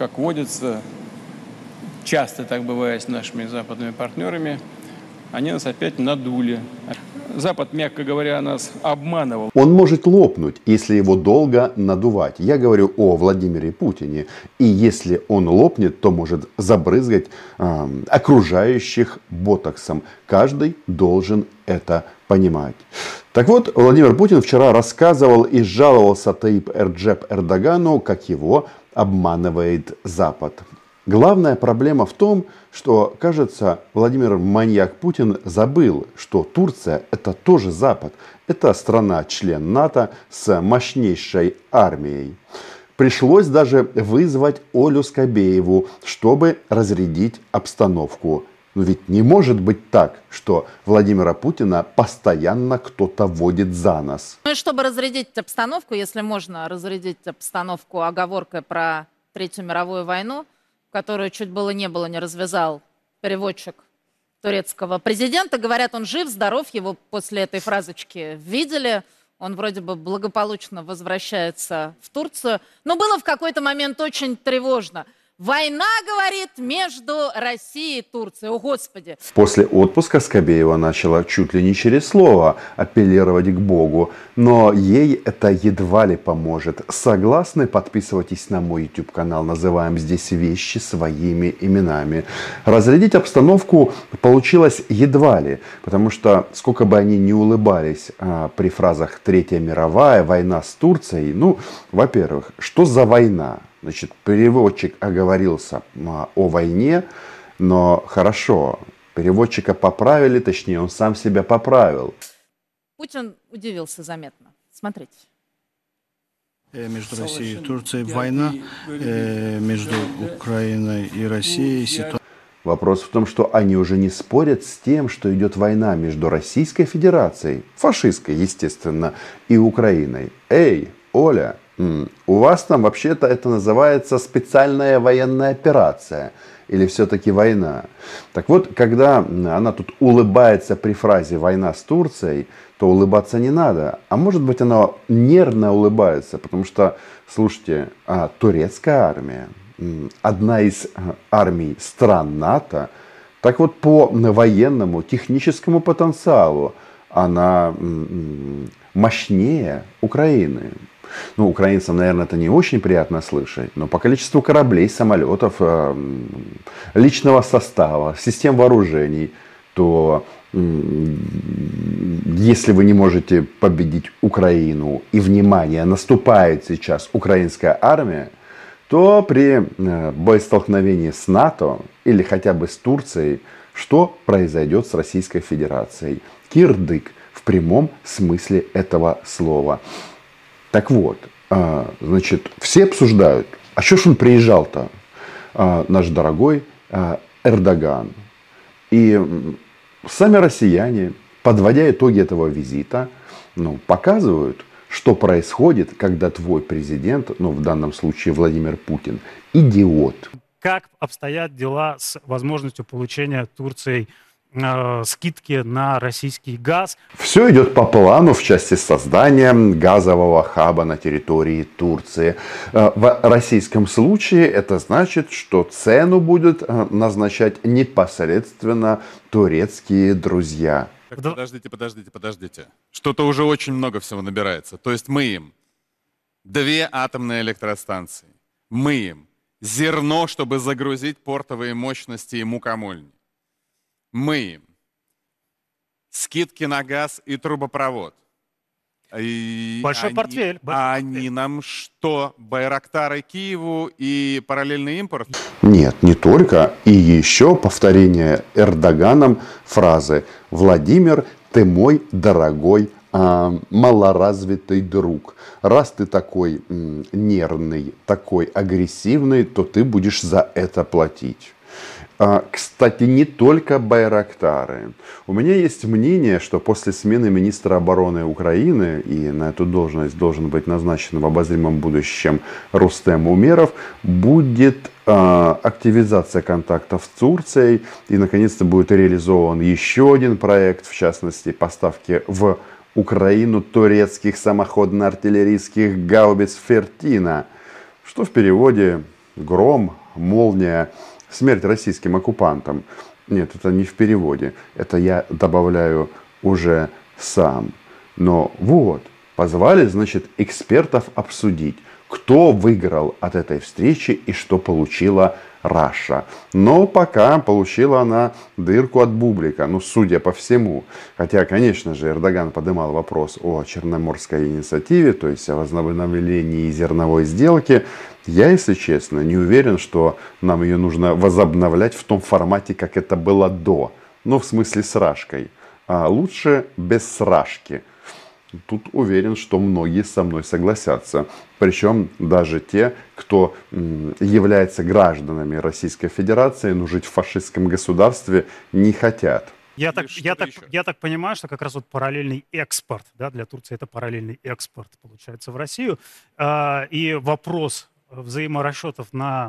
как водится, часто так бывает с нашими западными партнерами, они нас опять надули. Запад, мягко говоря, нас обманывал. Он может лопнуть, если его долго надувать. Я говорю о Владимире Путине. И если он лопнет, то может забрызгать окружающих ботоксом. Каждый должен это понимать. Так вот, Владимир Путин вчера рассказывал и жаловался Таyyip Реджеп Эрдогану, как его обманывает Запад. Главная проблема в том, что, кажется, Владимир маньяк Путин забыл, что Турция это тоже Запад. Это страна-член НАТО с мощнейшей армией. Пришлось даже вызвать Олю Скабееву, чтобы разрядить обстановку. Но ведь не может быть так, что Владимира Путина постоянно кто-то водит за нос. Ну и чтобы разрядить обстановку, если можно разрядить обстановку оговоркой про Третью мировую войну, которую чуть было не развязал переводчик турецкого президента. Говорят, он жив, здоров, его после этой фразочки видели. Он вроде бы благополучно возвращается в Турцию. Но было в какой-то момент очень тревожно. Война, говорит, между Россией и Турцией. О, Господи! После отпуска Скабеева начала чуть ли не через слово апеллировать к Богу. Но ей это едва ли поможет. Согласны? Подписывайтесь на мой YouTube канал. Называем здесь вещи своими именами. Разрядить обстановку получилось едва ли. Потому что сколько бы они ни улыбались при фразах «Третья мировая», «Война с Турцией». Ну, во-первых, что за война? Значит, переводчик оговорился о войне, но хорошо, переводчика поправили, точнее, он сам себя поправил. Путин удивился заметно. Смотрите. Между Россией и Турцией война, между Украиной и Россией ситуация. Вопрос в том, что они уже не спорят с тем, что идет война между Российской Федерацией, фашистской, естественно, и Украиной. Эй, Оля! У вас там вообще-то это называется специальная военная операция. Или все-таки война. Так вот, когда она тут улыбается при фразе «война с Турцией», то улыбаться не надо. А может быть, она нервно улыбается. Потому что, слушайте, турецкая армия, одна из армий стран НАТО, так вот по военному, техническому потенциалу она мощнее Украины. Ну, украинцам, наверное, это не очень приятно слышать, но по количеству кораблей, самолетов, личного состава, систем вооружений, то если вы не можете победить Украину и, внимание, наступает сейчас украинская армия, то при боестолкновении с НАТО или хотя бы с Турцией, что произойдет с Российской Федерацией? Кирдык в прямом смысле этого слова. Так вот, значит, все обсуждают, а что ж он приезжал-то, наш дорогой Эрдоган. И сами россияне, подводя итоги этого визита, показывают, что происходит, когда твой президент, в данном случае Владимир Путин, идиот. Как обстоят дела с возможностью получения Турцией скидки на российский газ? Все идет по плану в части создания газового хаба на территории Турции. В российском случае это значит, что цену будут назначать непосредственно турецкие друзья. Подождите. Что-то уже очень много всего набирается. То есть мы им 2 атомные электростанции. Мы им зерно, чтобы загрузить портовые мощности и мукомольни. Мы им скидки на газ и трубопровод. Большой портфель. А они нам что? Байрактары Киеву и параллельный импорт? Нет, не только. И еще повторение Эрдоганом фразы «Владимир, ты мой дорогой малоразвитый друг. Раз ты такой нервный, такой агрессивный, то ты будешь за это платить». Кстати, не только байрактары. У меня есть мнение, что после смены министра обороны Украины, и на эту должность должен быть назначен в обозримом будущем Рустем Умеров, будет активизация контактов с Турцией, и наконец-то будет реализован еще один проект, в частности, поставки в Украину турецких самоходно-артиллерийских гаубиц «Фертина», что в переводе гром, молния, смерть российским оккупантам. Нет, это не в переводе. Это я добавляю уже сам. Но вот, позвали, значит, экспертов обсудить, кто выиграл от этой встречи и что получила Раша. Но пока получила она дырку от бублика, ну, судя по всему. Хотя, конечно же, Эрдоган поднимал вопрос о Черноморской инициативе, то есть о возобновлении зерновой сделки. Я, если честно, не уверен, что нам ее нужно возобновлять в том формате, как это было до. Ну, в смысле с Рашкой. А лучше без Рашки. Тут уверен, что многие со мной согласятся. Причем даже те, кто является гражданами Российской Федерации, но жить в фашистском государстве не хотят. Я так понимаю, что как раз вот параллельный экспорт, да, для Турции это параллельный экспорт, получается, в Россию. И вопрос взаиморасчетов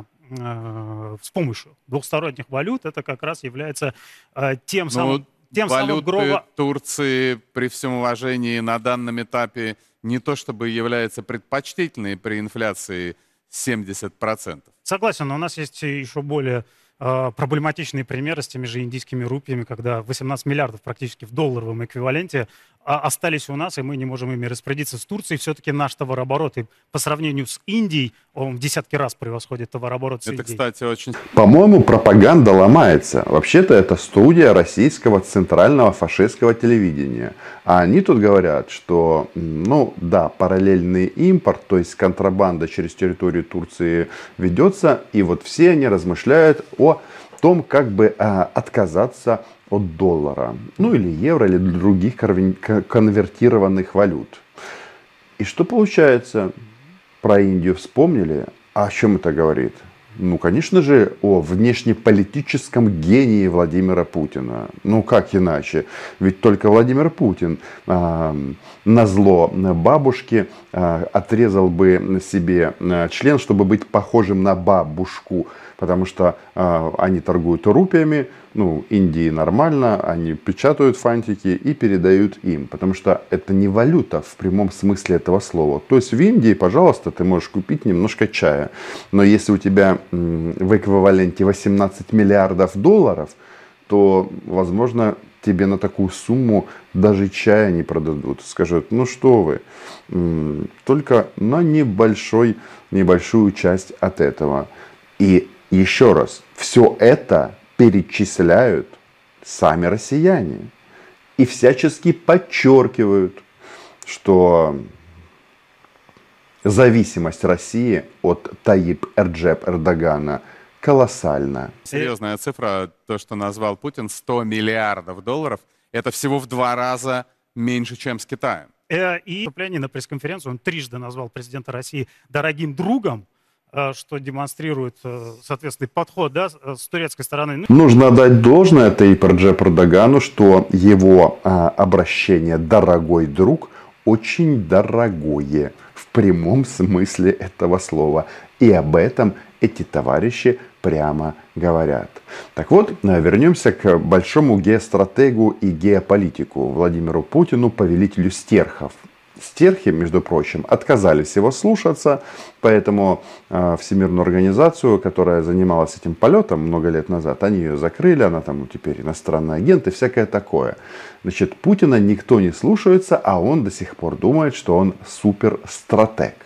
с помощью двухсторонних валют, это как раз является тем самым валюты Турции, при всем уважении, на данном этапе не то чтобы является предпочтительной при инфляции 70%. Согласен, но у нас есть еще более проблематичные примеры с теми же индийскими рупиями, когда 18 миллиардов практически в долларовом эквиваленте остались у нас, и мы не можем ими распорядиться. С Турцией все-таки наш товарооборот, и по сравнению с Индией, он в десятки раз превосходит товарооборот с Индией. Это, кстати, очень... По-моему, пропаганда ломается. Вообще-то это студия российского центрального фашистского телевидения. А они тут говорят, что, ну да, параллельный импорт, то есть контрабанда через территорию Турции ведется, и вот все они размышляют о том, как бы отказаться от доллара, ну или евро, или других конвертированных валют. И что получается? Про Индию вспомнили. А о чем это говорит? Ну, конечно же, о внешнеполитическом гении Владимира Путина. Ну, как иначе? Ведь только Владимир Путин назло бабушке отрезал бы себе член, чтобы быть похожим на бабушку. Потому что они торгуют рупиями, ну, Индии нормально, они печатают фантики и передают им. Потому что это не валюта в прямом смысле этого слова. То есть в Индии, пожалуйста, ты можешь купить немножко чая. Но если у тебя в эквиваленте 18 миллиардов долларов, то, возможно, тебе на такую сумму даже чая не продадут. Скажут, ну что вы, только на небольшую часть от этого. И еще раз, все это перечисляют сами россияне. И всячески подчеркивают, что зависимость России от Таyyip Эрдогана колоссальна. Серьезная цифра, то, что назвал Путин, 100 миллиардов долларов, это всего в 2 раза меньше, чем с Китаем. И выступление на пресс-конференции он трижды назвал президента России дорогим другом, что демонстрирует соответственный подход, да, с турецкой стороны. Нужно отдать должное Таyyip Эрдогану, что его обращение «дорогой друг» очень дорогое в прямом смысле этого слова. И об этом эти товарищи прямо говорят. Так вот, вернемся к большому геостратегу и геополитику Владимиру Путину, повелителю стерхов. Стерхи, между прочим, отказались его слушаться, поэтому Всемирную организацию, которая занималась этим полетом много лет назад, они ее закрыли, она там теперь иностранный агент и всякое такое. Значит, Путина никто не слушается, а он до сих пор думает, что он суперстратег.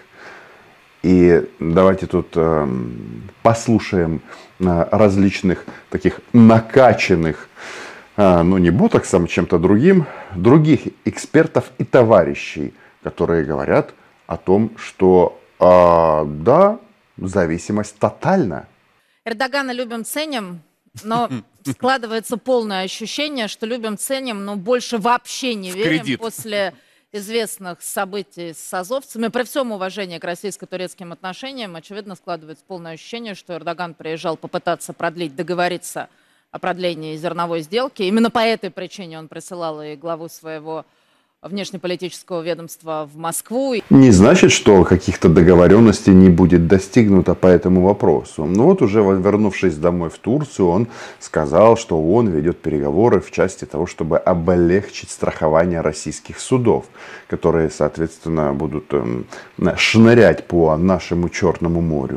И давайте тут послушаем различных таких накачанных, ну не ботоксом, чем-то другим, других экспертов и товарищей, которые говорят о том, что да, зависимость тотальна. Эрдогана любим, ценим, но складывается полное ощущение, что любим, ценим, но больше вообще не верим после известных событий с азовцами. При всем уважении к российско-турецким отношениям, очевидно, складывается полное ощущение, что Эрдоган приезжал попытаться продлить, договориться о продлении зерновой сделки. Именно по этой причине он присылал и главу своего внешнеполитического ведомства в Москву. Не значит, что каких-то договоренностей не будет достигнуто по этому вопросу. Но вот уже вернувшись домой в Турцию, он сказал, что он ведет переговоры в части того, чтобы облегчить страхование российских судов, которые, соответственно, будут шнырять по нашему Черному морю.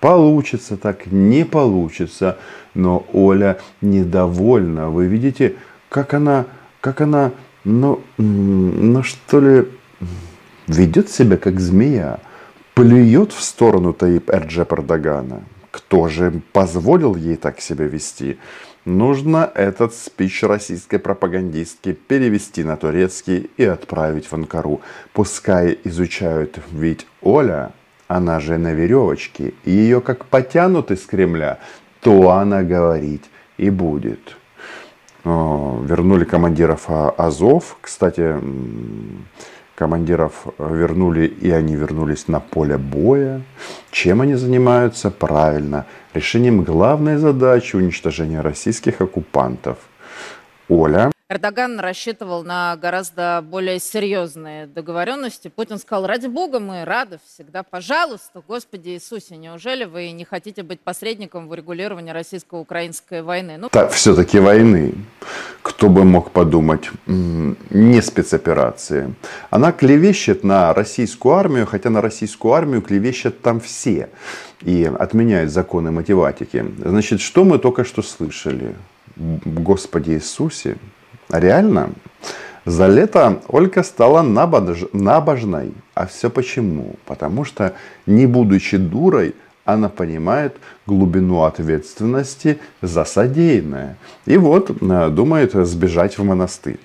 получится так, не получится. Но Оля недовольна. Вы видите, как она, ну что ли, ведет себя как змея. Плюет в сторону Таyyip Эрджеп Эрдогана. Кто же позволил ей так себя вести? Нужно этот спич российской пропагандистки перевести на турецкий и отправить в Анкару. Пускай изучают, ведь Оля, она же на веревочке, и ее как потянут из Кремля, то она говорить и будет. Вернули командиров Азов. Кстати, командиров вернули, и они вернулись на поле боя. Чем они занимаются? Правильно, решением главной задачи уничтожения российских оккупантов. Оля. Эрдоган рассчитывал на гораздо более серьезные договоренности. Путин сказал: ради бога, мы рады всегда, пожалуйста, Господи Иисусе, неужели вы не хотите быть посредником в урегулировании российско-украинской войны? Все-таки войны. Кто бы мог подумать, не спецоперации. Она клевещет на российскую армию, хотя на российскую армию клевещут там все. И отменяют законы математики. Значит, что мы только что слышали? Господи Иисусе. Реально? За лето Ольга стала набожной. А все почему? Потому что, не будучи дурой, она понимает глубину ответственности за содеянное. И вот думает сбежать в монастырь.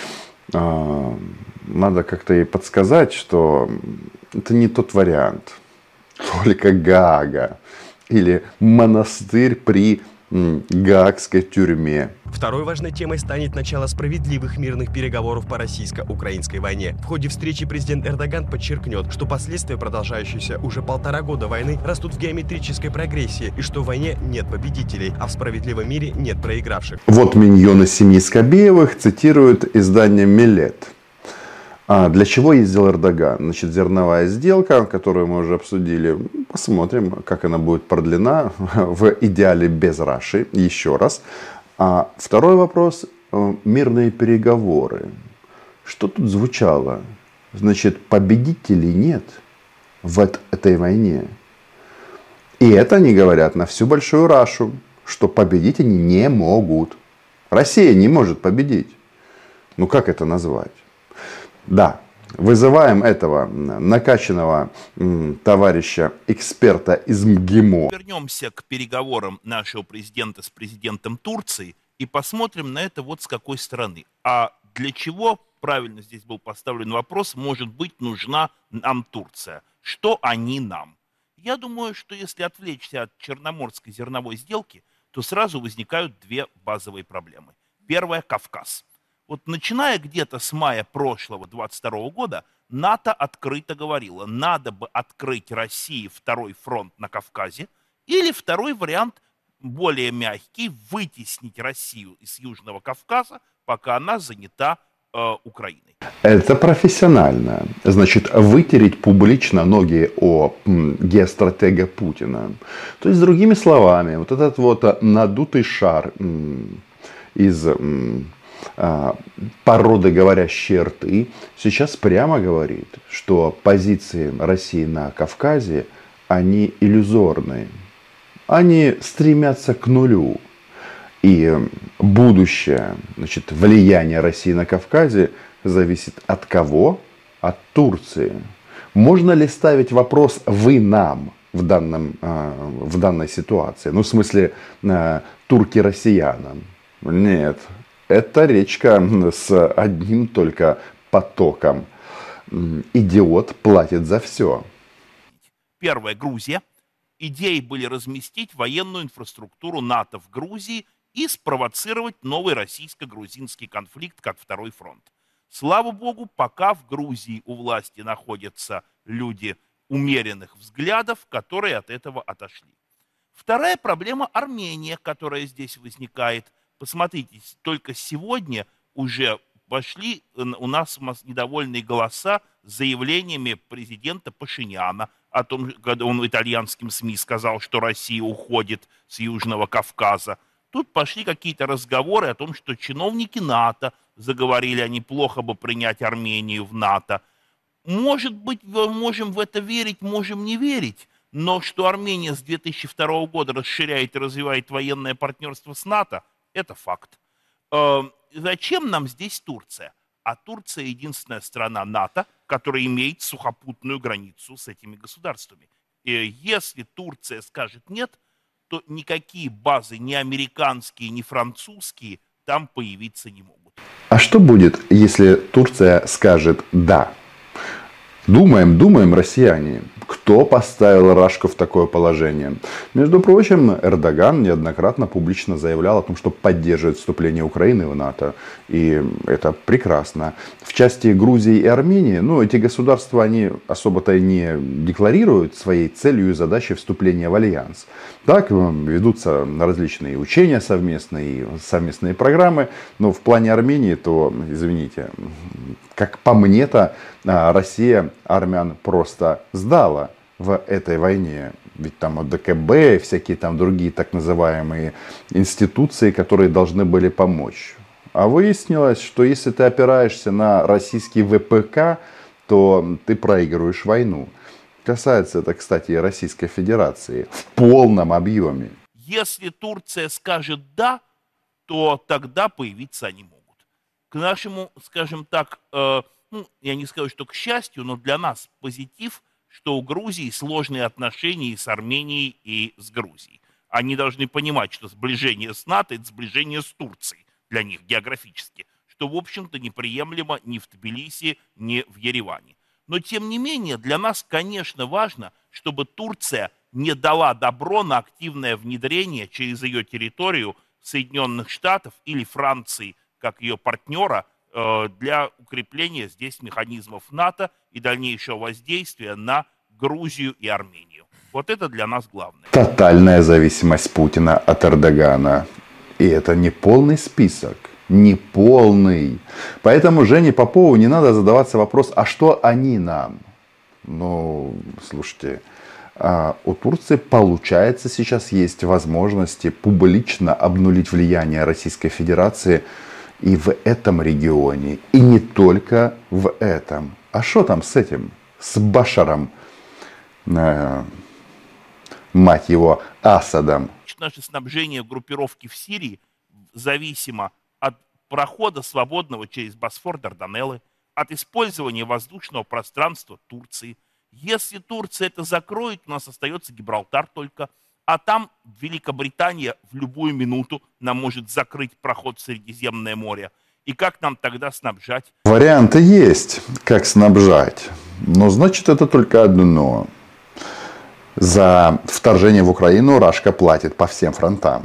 Надо как-то ей подсказать, что это не тот вариант. Только Гаага. Или монастырь при Гаагской тюрьме. Второй важной темой станет начало справедливых мирных переговоров по российско-украинской войне. В ходе встречи президент Эрдоган подчеркнет, что последствия продолжающейся уже 1,5 года войны растут в геометрической прогрессии, и что в войне нет победителей, а в справедливом мире нет проигравших. Вот миньоны семьи Скобеевых цитируют издание «Милет». Для чего ездил Эрдоган? Значит, зерновая сделка, которую мы уже обсудили. Посмотрим, как она будет продлена. В идеале без Раши. Еще раз. Второй вопрос. Мирные переговоры. Что тут звучало? Значит, победителей нет в этой войне. И это они говорят на всю большую Рашу, что победить они не могут. Россия не может победить. Ну как это назвать? Да, вызываем этого накачанного товарища эксперта из МГИМО. Вернемся к переговорам нашего президента с президентом Турции и посмотрим на это вот с какой стороны. А для чего, правильно здесь был поставлен вопрос, может быть нужна нам Турция? Что они нам? Я думаю, что если отвлечься от черноморской зерновой сделки, то сразу возникают две базовые проблемы. Первая – Кавказ. Вот начиная где-то с мая прошлого 2022 года, НАТО открыто говорило, надо бы открыть России второй фронт на Кавказе, или второй вариант, более мягкий, вытеснить Россию из Южного Кавказа, пока она занята Украиной. Это профессионально. Значит, вытереть публично ноги о геостратега Путина. То есть, другими словами, вот этот вот надутый шар из породы говорящие рты сейчас прямо говорит, что позиции России на Кавказе, они иллюзорные. Они стремятся к нулю. И будущее, значит, влияние России на Кавказе зависит от кого? От Турции. Можно ли ставить вопрос «вы нам» в данной ситуации? Ну, в смысле, турки россиянам? Нет. Это речка с одним только потоком. Идиот платит за все. Первая – Грузия. Идеи были разместить военную инфраструктуру НАТО в Грузии и спровоцировать новый российско-грузинский конфликт как второй фронт. Слава богу, пока в Грузии у власти находятся люди умеренных взглядов, которые от этого отошли. Вторая проблема – Армения, которая здесь возникает. Посмотрите, только сегодня уже пошли у нас недовольные голоса с заявлениями президента Пашиняна о том, когда он в итальянским СМИ сказал, что Россия уходит с Южного Кавказа. Тут пошли какие-то разговоры о том, что чиновники НАТО заговорили, а неплохо бы принять Армению в НАТО. Может быть, мы можем в это верить, можем не верить, Но что Армения с 2002 года расширяет и развивает военное партнерство с НАТО, это факт. Зачем нам здесь Турция? А Турция единственная страна НАТО, которая имеет сухопутную границу с этими государствами. И если Турция скажет нет, то никакие базы, ни американские, ни французские, там появиться не могут. А что будет, если Турция скажет «да»? Думаем, россияне, кто поставил Рашку в такое положение? Между прочим, Эрдоган неоднократно публично заявлял о том, что поддерживает вступление Украины в НАТО. И это прекрасно. В части Грузии и Армении, эти государства, они особо-то не декларируют своей целью и задачей вступления в альянс. Так, ведутся различные учения совместные программы. Но в плане Армении, то, извините, как по мне-то, Россия армян просто сдала в этой войне. Ведь там ОДКБ, всякие там другие так называемые институции, которые должны были помочь. А выяснилось, что если ты опираешься на российский ВПК, то ты проигрываешь войну. Касается это, кстати, и Российской Федерации в полном объеме. Если Турция скажет «да», то тогда появиться они могут. К нашему, скажем так, я не скажу, что к счастью, но для нас позитив, что у Грузии сложные отношения и с Арменией, и с Грузией. Они должны понимать, что сближение с НАТО – это сближение с Турцией для них географически, что, в общем-то, неприемлемо ни в Тбилиси, ни в Ереване. Но, тем не менее, для нас, конечно, важно, чтобы Турция не дала добро на активное внедрение через ее территорию Соединенных Штатов или Франции, как ее партнера, для укрепления здесь механизмов НАТО и дальнейшего воздействия на Грузию и Армению. Вот это для нас главное. Тотальная зависимость Путина от Эрдогана. И это не полный список. Не полный. Поэтому Жене Попову не надо задаваться вопрос, а что они нам? Слушайте, у Турции, получается, сейчас есть возможности публично обнулить влияние Российской Федерации и в этом регионе, и не только в этом. А что там с этим? С Башаром, мать его, Асадом? Наше снабжение группировки в Сирии зависимо от прохода свободного через Босфор Дарданеллы, от использования воздушного пространства Турции. Если Турция это закроет, у нас остается Гибралтар только. А там Великобритания в любую минуту нам может закрыть проход в Средиземное море. И как нам тогда снабжать? Варианты есть, как снабжать. Но значит это только одно. За вторжение в Украину Рашка платит по всем фронтам.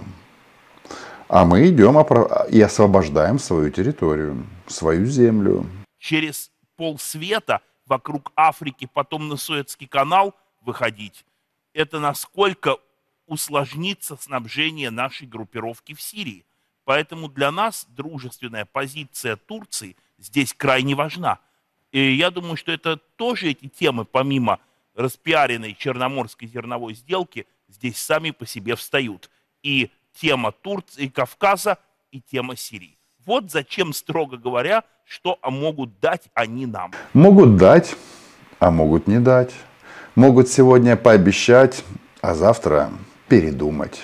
А мы идем и освобождаем свою территорию, свою землю. Через полсвета вокруг Африки, потом на Суэцкий канал выходить. Это насколько усложнится снабжение нашей группировки в Сирии. Поэтому для нас дружественная позиция Турции здесь крайне важна. И я думаю, что это тоже эти темы, помимо распиаренной Черноморской зерновой сделки, здесь сами по себе встают. И тема Турции, Кавказа, и тема Сирии. Вот зачем, строго говоря, что могут дать они нам. Могут дать, а могут не дать. Могут сегодня пообещать, а завтра передумать.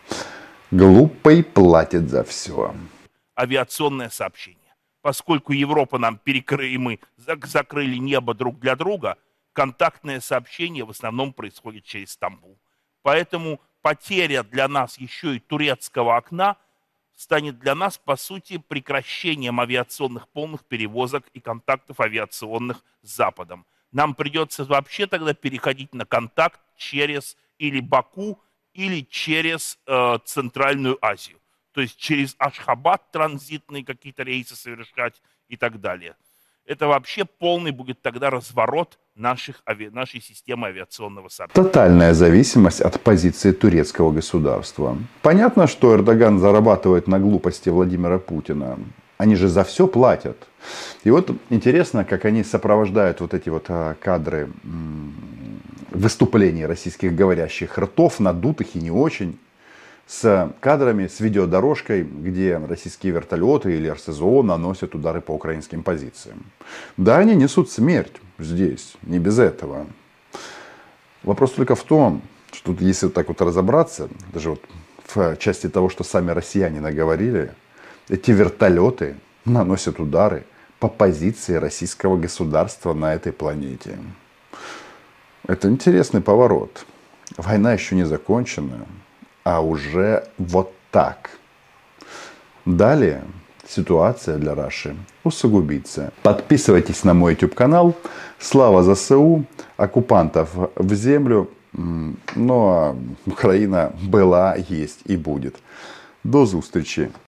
Глупый платит за все. Авиационное сообщение. Поскольку Европа нам перекрыли, мы закрыли небо друг для друга, контактное сообщение в основном происходит через Стамбул. Поэтому потеря для нас еще и турецкого окна станет для нас, по сути, прекращением авиационных полных перевозок и контактов авиационных с Западом. Нам придется вообще тогда переходить на контакт через или Баку, или через Центральную Азию. То есть через Ашхабад транзитные какие-то рейсы совершать и так далее. Это вообще полный будет тогда разворот нашей системы авиационного сообщения. Тотальная зависимость от позиции турецкого государства. Понятно, что Эрдоган зарабатывает на глупости Владимира Путина. Они же за все платят. И вот интересно, как они сопровождают вот эти вот кадры выступлений российских говорящих ртов, надутых и не очень, с кадрами, с видеодорожкой, где российские вертолеты или РСЗО наносят удары по украинским позициям. Да, они несут смерть здесь, не без этого. Вопрос только в том, что тут, если вот так вот разобраться, даже вот в части того, что сами россияне наговорили, эти вертолеты наносят удары по позиции российского государства на этой планете. Это интересный поворот. Война еще не закончена, а уже вот так. Далее ситуация для Раши усугубится. Подписывайтесь на мой YouTube канал. Слава ЗСУ, оккупантов в землю. Ну а Украина была, есть и будет. До зустрічі!